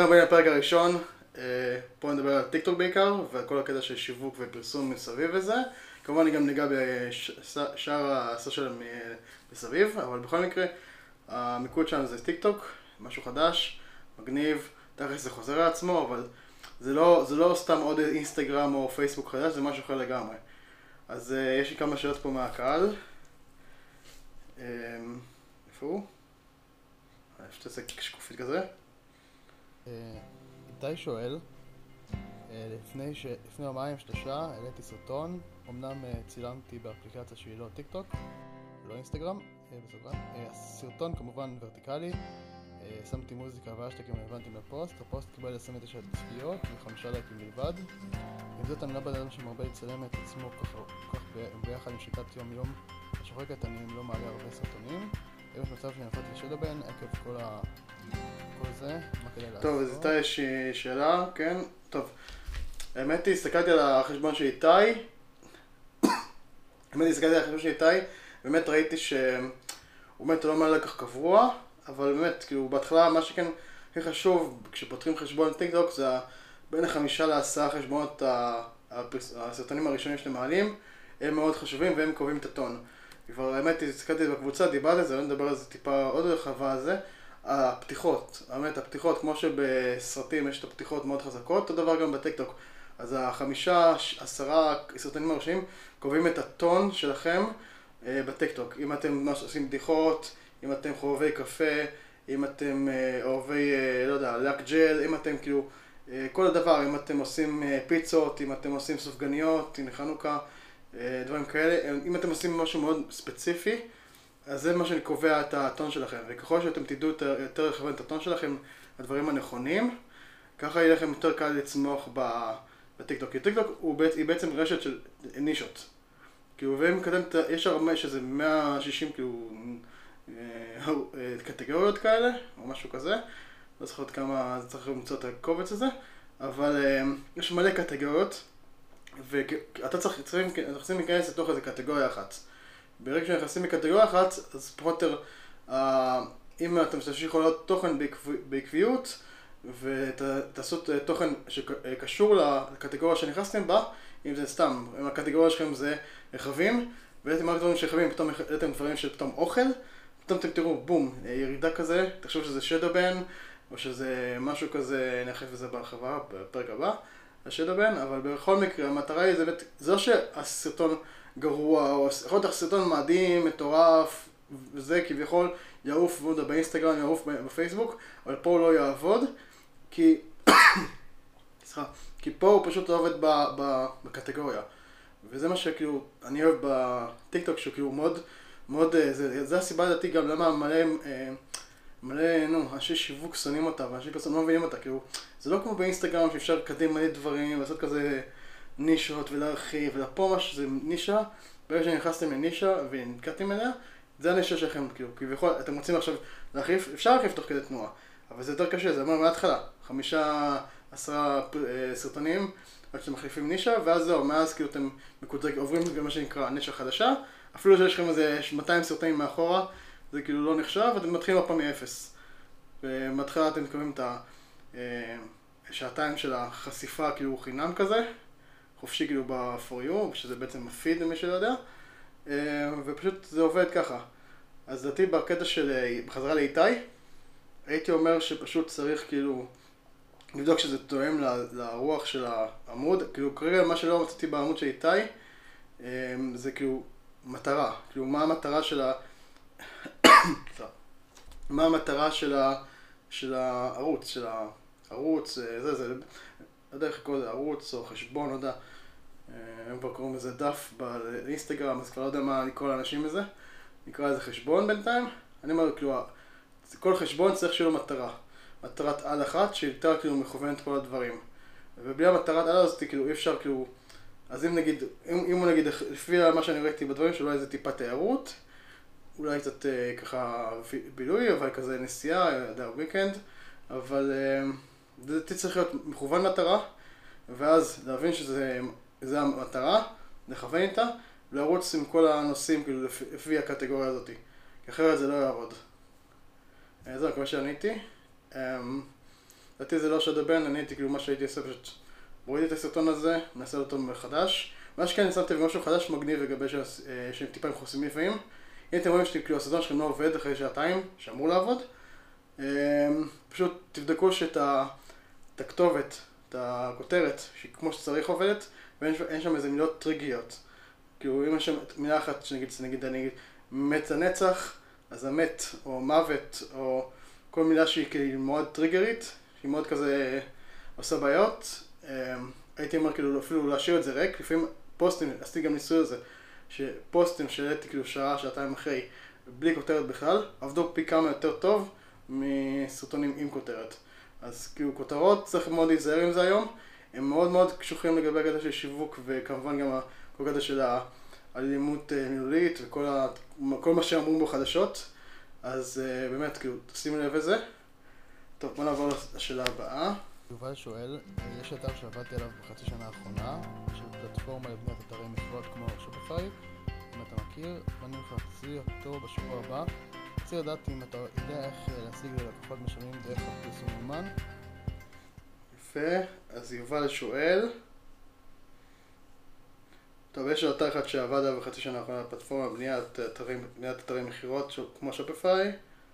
הבאים לפרק הראשון. פה נדבר על טיק טוק בעיקר, ועל כל הקטע של שיווק ופרסום מסביב וזה. כמובן אני גם ניגע בשאר הסושיאל מסביב, אבל בכל מקרה, המיקוד שלנו זה טיק טוק, משהו חדש, מגניב, תכף זה חוזר לעצמו, אבל זה לא סתם עוד אינסטגרם או פייסבוק חדש, זה משהו אחר לגמרי. אז יש לי כמה שאלות פה מהקהל. איפה הוא? שתעשה שקופית כזה. איתי שואל, לפני יומיים שלושה העליתי סרטון, אמנם צילמתי באפליקציה שהיא לא טיק טוק, לא אינסטגרם, הסרטון כמובן ורטיקלי, שמתי מוזיקה והשטגים רלוונטיים לפוסט, הפוסט קיבל 29 צפיות ו5 לייקים בלבד. עם זאת אני לא בן אדם שמרבה לצלם את עצמו כך ביחד עם שיטת יום יום השוחקת, אני לא מעלה הרבה סרטונים. יש מצב שאני נפלתי לשדובן עקב כל זה, מה כדאי לעשות? טוב, אז איתי יש שאלה, כן? טוב, האמת היא, הסתכלתי על החשבון של איתי, באמת ראיתי שהוא באמת לא מעלה כך קבוע, אבל באמת, כאילו, בהתחלה מה שכן הכי חשוב, כשפותחים חשבון טיק טוק, זה בין 5 ל10 חשבונות הסרטונים הראשונים שאתם מעלים, הם מאוד חשובים והם קובעים את הטון. כבר האמת היא, הסתכלתי בקבוצה, דיברתי על זה, אני מדבר על זה טיפה עוד רחבה על זה. הפתיחות, האמת, הפתיחות, כמו שבסרטים יש את הפתיחות מאוד חזקות, אותו דבר גם בטיק טוק. אז 5-10 סרטונים הראשונים קובעים את הטון שלכם בטיק טוק. אם אתם עושים בדיחות, אם אתם חובבי קפה, אם אתם אוהבי, לא יודע, לק ג'ל, אם אתם כאילו, כל הדבר, אם אתם עושים פיצות, אם אתם עושים סופגניות, הנה חנוכה, דברים כאלה. אם אתם עושים משהו מאוד ספציפי, אז זה מה שאני קובע את הטון שלכם, וככל שאתם תדעו יותר לכוון את הטון שלכם לדברים הנכונים, ככה יהיה לכם יותר קל לצמוח בטיק טוק. כי טיק טוק היא בעצם רשת של נישות. כאילו, ואם קדמת, יש הרבה שזה 160 כאילו קטגוריות כאלה, או משהו כזה. לא זוכר כמה זה צריך למצוא את הקובץ הזה, אבל יש מלא קטגוריות, ואתה צריכים להיכנס לתוך איזה קטגוריה אחת. ברגע שנכנסים לקטגוריה אחת, אז פחות או יותר, אם אתם תמשיכו לעלות תוכן בעקביות, ותעשו תוכן שקשור לקטגוריה שנכנסתם בה, אם זה סתם, אם הקטגוריה שלכם זה רכבים, ואתם רק דברים של רכבים, פתאום אתם דברים של פתאום אוכל, פתאום אתם תראו בום, ירידה כזה, תחשוב שזה שדובן, או שזה משהו כזה, נחף את זה בהרחבה, בפרק הבא, השדובן, אבל בכל מקרה, המטרה היא, זה לא שהסרטון גרוע, או יכול להיות סרטון מדהים, מטורף, וזה כביכול יעוף באינסטגרם, יעוף בפייסבוק, אבל פה הוא לא יעבוד, כי פה הוא פשוט לא עובד בקטגוריה. וזה מה שכאילו, אני אוהב בטיק טוק, שהוא כאילו מאוד, זה הסיבה לדעתי גם למה מלא, אנשי שיווק שונאים אותה, ואנשי פרסום לא מבינים אותה, כאילו, זה לא כמו באינסטגרם שאפשר לקדם מלא דברים, לעשות כזה נישות ולהרחיב, ופה מה שזה נישה, ברגע שנכנסתם לנישה ונתקעתם אליה, זה הנישה שלכם, כאילו, כביכול, אתם רוצים עכשיו להרחיב, אפשר להרחיב תוך כדי תנועה, אבל זה יותר קשה, זה אומר מההתחלה, 5-10 סרטונים, עד שאתם מחליפים נישה, ואז זהו, מאז כאילו אתם עוברים למה שנקרא נישה חדשה, אפילו שיש לכם איזה 200 סרטונים מאחורה, זה כאילו לא נחשב, ואתם מתחילים עוד פעם מאפס. ומתחילה אתם מקבלים את השעתיים של החשיפה כאילו חינם כזה, חופשי כאילו ב-for you, שזה בעצם הפיד למי שלא יודע, ופשוט זה עובד ככה. אז לדעתי בקטע של בחזרה לאיתי, הייתי אומר שפשוט צריך כאילו לבדוק שזה תואם לרוח של העמוד, כאילו כרגע מה שלא מצאתי בעמוד של איתי, זה כאילו מטרה, כאילו מה המטרה של מה המטרה של הערוץ, זה, לא יודע איך לקרוא לזה, ערוץ או חשבון, לא יודע, הם כבר קוראים לזה דף באינסטגרם, אז כבר לא יודע מה לקרוא לאנשים לזה, נקרא לזה חשבון בינתיים. אני אומר, כאילו, כל חשבון צריך שיהיה לו מטרת על אחת, שהיא יותר כאילו מכוונת כל הדברים. ובלי המטרת על הזאת, כאילו, אי אפשר, כאילו, אז אם נגיד, אם הוא נגיד, לפי מה שאני ראיתי בדברים שלו, איזה טיפה תיירות, אולי קצת ככה בילוי, אבל כזה נסיעה, יודע, וויקנד, אבל זה צריך להיות מכוון מטרה, ואז להבין שזה המטרה, לכוון איתה, ולרוץ עם כל הנושאים כאילו לפי הקטגוריה הזאת, כי אחרת זה לא יעבוד. זהו, כמו שעניתי. לדעתי זה לא שדבן, אני הייתי כאילו מה שהייתי עושה פשוט מוריד את הסרטון הזה, מנסה אותו מחדש. מה שכן, שמתי משהו חדש מגניב לגבי שהם טיפה עם חוסמים לפעמים. אם אתם רואים שכאילו הסרטון שלכם לא עובד אחרי שעתיים, שאמור לעבוד, פשוט תבדקו את הכתובת, את הכותרת, שהיא כמו שצריך עובדת, ואין שם איזה מילות טריגיות. כאילו אם יש שם מילה אחת שנגיד אני מת לנצח, אז המת או מוות או כל מילה שהיא כאילו מאוד טריגרית, שהיא מאוד כזה עושה בעיות, הייתי אומר כאילו אפילו להשאיר את זה ריק. לפעמים פוסטים, עשיתי גם ניסוי על זה, שפוסטים שהעליתי כאילו שעה, שעתיים אחרי, בלי כותרת בכלל, עבדו פי כמה יותר טוב מסרטונים עם כותרת. אז כאילו כותרות צריך מאוד להיזהר עם זה היום, הם מאוד מאוד קשוחים לגבי הקטע של שיווק, וכמובן גם כל הקטע של האלימות מילולית וכל מה שאמרו בחדשות. אז באמת כאילו תשימו לב לזה. טוב, בוא נעבור לשאלה הבאה. יובל שואל, יש אתר שעבדתי עליו בחצי שנה האחרונה, של פלטפורמה לבניית אתרי מכירות כמו שופיפיי, אם אתה מכיר, ואני מחפש אותו בשבוע הבא. רוצה לדעת אם אתה יודע איך להשיג ללקוחות משלמים דרך הפרסום ממומן. יפה, אז יובל שואל. טוב, יש אתר אחד שעבד עליו בחצי שנה האחרונה, פלטפורמה בניית אתרי מכירות כמו שופיפיי.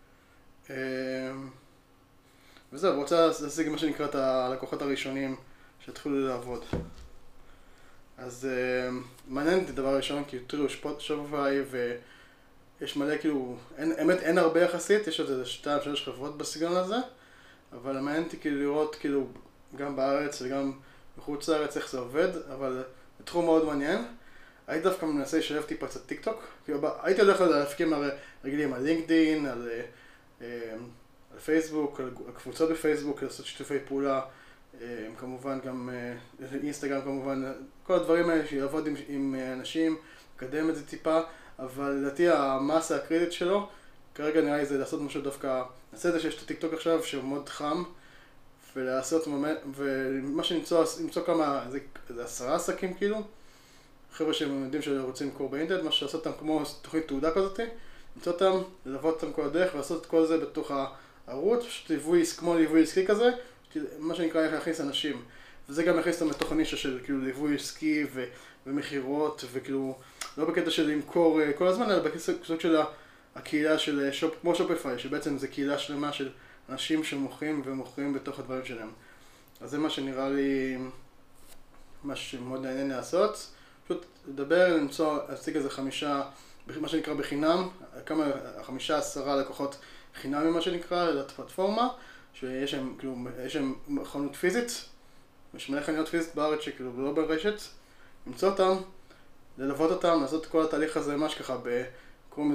וזהו, רוצה להשיג מה שנקרא את הלקוחות הראשונים שהתחילו לעבוד. אז מעניין אותי דבר ראשון, כי תראו, שופיפיי ויש מלא כאילו, האמת אין הרבה יחסית, יש עוד איזה 2-3 חברות בסגנון הזה, אבל מעניין אותי כאילו לראות כאילו גם בארץ וגם בחוץ לארץ איך זה עובד, אבל זה תחום מאוד מעניין. הייתי דווקא מנסה לשלב טיפה קצת טיק טוק, הייתי הולך להפיקים רגילים על לינקדין, על פייסבוק, על קבוצות בפייסבוק, לעשות שיתופי פעולה, כמובן גם אינסטגרם כמובן, כל הדברים האלה שיעבוד עם אנשים, לקדם את זה טיפה, אבל לדעתי המסה הקריטית שלו, כרגע נראה לי זה לעשות משהו דווקא, נעשה את זה שיש את הטיק טוק עכשיו שהוא מאוד חם, ולעשות ומה למצוא כמה, זה 10 עסקים כאילו, חבר'ה שהם יודעים שרוצים למכור באינטרנט, מה שעשות אותם כמו תוכנית תעודה כזאת, למצוא אותם, ללוות אותם כל הדרך ולעשות את כל זה בתוך הערוץ, כמו ליווי עסקי כזה, מה שנקרא איך להכניס אנשים. וזה גם יכניס אותם לתוך הנישה של כאילו ליווי עסקי ומחירות, וכאילו לא בקטע של למכור כל הזמן, אלא בקטע של הקהילה של כמו שופיפיי, שבעצם זה קהילה שלמה של אנשים שמוכרים ומוכרים בתוך הדברים שלהם. אז זה מה שנראה לי מה שמאוד מעניין לעשות. פשוט לדבר, להציג איזה 5, מה שנקרא בחינם, 5-10 לקוחות חינמי מה שנקרא, לפלטפורמה, שיש להם חנות פיזית, יש מלא חנויות פיזית בארץ שכאילו לא ברשת, למצוא אותם, ללוות אותם, לעשות כל התהליך הזה ממש ככה, קוראים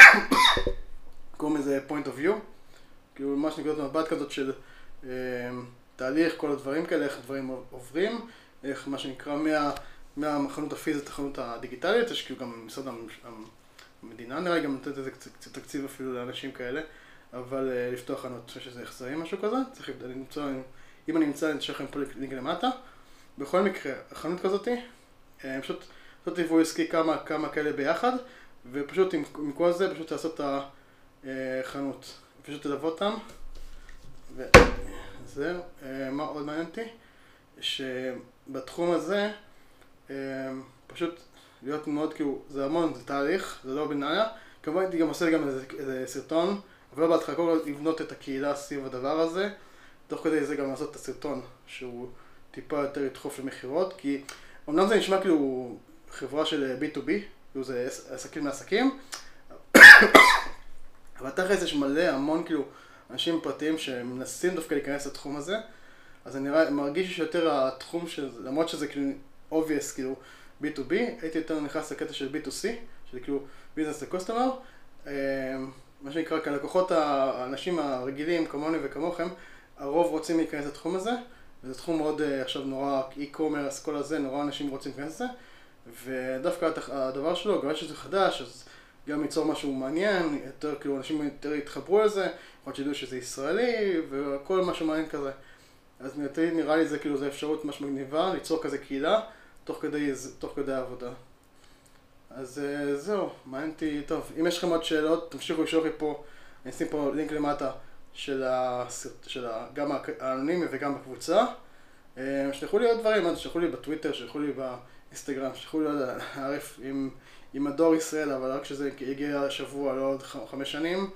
לזה point of view, כאילו ממש נקודת מבט כזאת של תהליך, כל הדברים כאלה, איך הדברים עוברים, איך מה שנקרא מהחנות הפיזית לחנות הדיגיטלית, יש כאילו גם משרד המדינה נראה לי גם לתת איזה קצת תקציב אפילו לאנשים כאלה, אבל לפתוח חנות שזה יחזרים משהו כזה, צריך למצוא, אם אני אמצא אני אשאר לכם פה לינק למטה. בכל מקרה, החנות כזאת, פשוט לעשות ליווי עסקי כמה כאלה ביחד, ופשוט עם כל זה פשוט לעשות את החנות, פשוט ללוות אותם. וזהו, מה עוד מעניין אותי? שבתחום הזה פשוט להיות מאוד כאילו, זה המון, זה תהליך, זה לא בניה. כמובן הייתי גם עושה גם איזה סרטון, אבל בהתחלה כל כך לבנות את הקהילה סביב הדבר הזה, תוך כדי זה גם לעשות את הסרטון שהוא טיפה יותר ידחוף למכירות, כי אמנם זה נשמע כאילו חברה של B2B, כאילו זה עסקים מעסקים, אבל תכף יש מלא המון כאילו אנשים פרטיים שמנסים דווקא להיכנס לתחום הזה, אז אני מרגיש שיותר התחום למרות שזה כאילו obvious כאילו B2B, הייתי יותר נכנס לקטע של B2C, של כאילו business to customer, מה שנקרא כלקוחות האנשים הרגילים כמוני וכמוכם, הרוב רוצים להיכנס לתחום הזה, וזה תחום מאוד עכשיו נורא e-commerce, כל הזה, נורא אנשים רוצים להיכנס לזה, ודווקא הדבר שלו, גם שזה חדש, אז גם ייצור משהו מעניין, יותר כאילו אנשים יותר יתחברו לזה, יכול שידעו שזה ישראלי, וכל משהו מעניין כזה. אז נראה לי זה כאילו זה אפשרות ממש מגניבה, ליצור כזה קהילה, תוך כדי העבודה. אז זהו, מעניין אותי, טוב, אם יש לכם עוד שאלות, תמשיכו לשלוח לי פה, אני אשים פה לינק למטה גם האנונימי וגם בקבוצה. שלחו לי עוד דברים, שלחו לי בטוויטר, שלחו לי באינסטגרם, שלחו לי עוד ערף עם הדור ישראל, אבל רק שזה יגיע השבוע, לא עוד 5 שנים.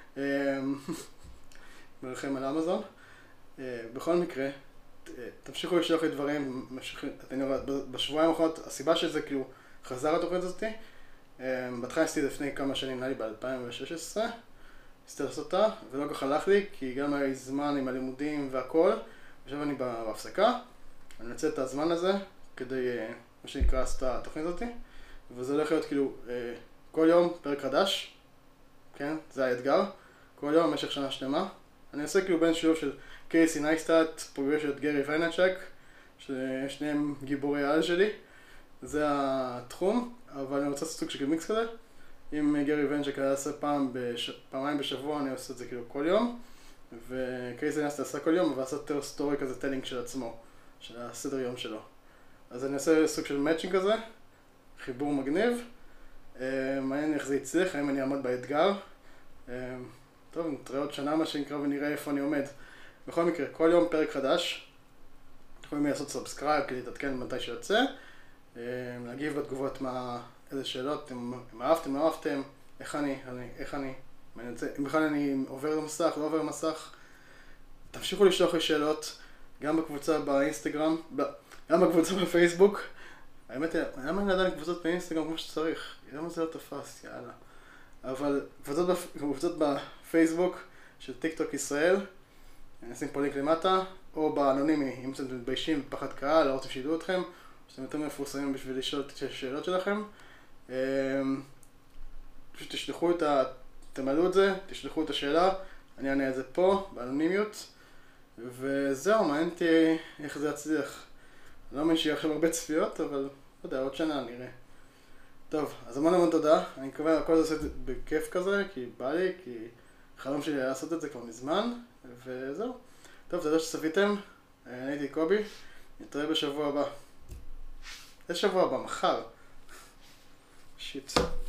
מרחם על אמזון. בכל מקרה, תמשיכו לשלוח לי דברים, בשבועיים האחרונות, הסיבה שזה כאילו חזר התוכנית הזאת, בהתחלה עשיתי את זה לפני כמה שנים, נראה לי ב-2016, ניסיתי לעשות אותה, ולא כך הלך לי, כי גם היה לי זמן עם הלימודים והכל, עכשיו אני בהפסקה, אני אנצל את הזמן הזה, כדי, מה שנקרא, לעשות את התוכנית הזאת, וזה הולך להיות כאילו, כל יום פרק חדש, כן, זה האתגר, כל יום במשך שנה שלמה, אני עושה כאילו בין שילוב של קייסי נייסטאט, פוגש את גרי ויינצ'ק, ששניהם גיבורי העל שלי, זה התחום, אבל אני רוצה לעשות סוג של מיקס כזה. אם גרי ויינצ'ק היה עושה פעמיים בשבוע, אני עושה את זה כאילו כל יום, וקייסי נייסטאט עושה כל יום, אבל עושה יותר סטורי כזה טלינג של עצמו, של הסדר יום שלו. אז אני עושה סוג של מאצ'ינג כזה, חיבור מגניב, מעניין איך זה יצליח, האם אני אעמוד באתגר. טוב, נתראה עוד שנה מה שנקרא ונראה איפה אני עומד. בכל מקרה, כל יום פרק חדש. יכולים לעשות סאבסקרייב כדי להתעדכן מתי שיוצא. להגיב בתגובות איזה שאלות, אם אהבתם, לא אהבתם, איך אני, אם בכלל אני עובר למסך, לא עובר למסך. תמשיכו לשלוח לי שאלות, גם בקבוצה באינסטגרם, גם בקבוצה בפייסבוק. האמת היא, למה אני עדיין קבוצות באינסטגרם כמו שצריך? למה זה לא תפס? יאללה. אבל קבוצות בפייסבוק של טיקטוק ישראל, נשים פה לינק למטה, או באנונימי, אם אתם מתביישים בפחד קהל, לא רוצים שידעו אתכם, או שאתם יותר מפורסמים בשביל לשאול את השאלות שלכם. פשוט תמלאו את זה, תשלחו את השאלה, אני אענה את זה פה, באנונימיות, וזהו, מעניין אותי איך זה יצליח. אני לא מאמין שיהיה עכשיו הרבה צפיות, אבל לא יודע, עוד שנה נראה. טוב, אז המון תודה, אני מקווה הכל זה עושה את זה בכיף כזה, כי בא לי, כי חלום שלי היה לעשות את זה כבר מזמן, וזהו. טוב, תודה שצפיתם, אני הייתי קובי, נתראה בשבוע הבא. זה שבוע הבא, מחר. שיט.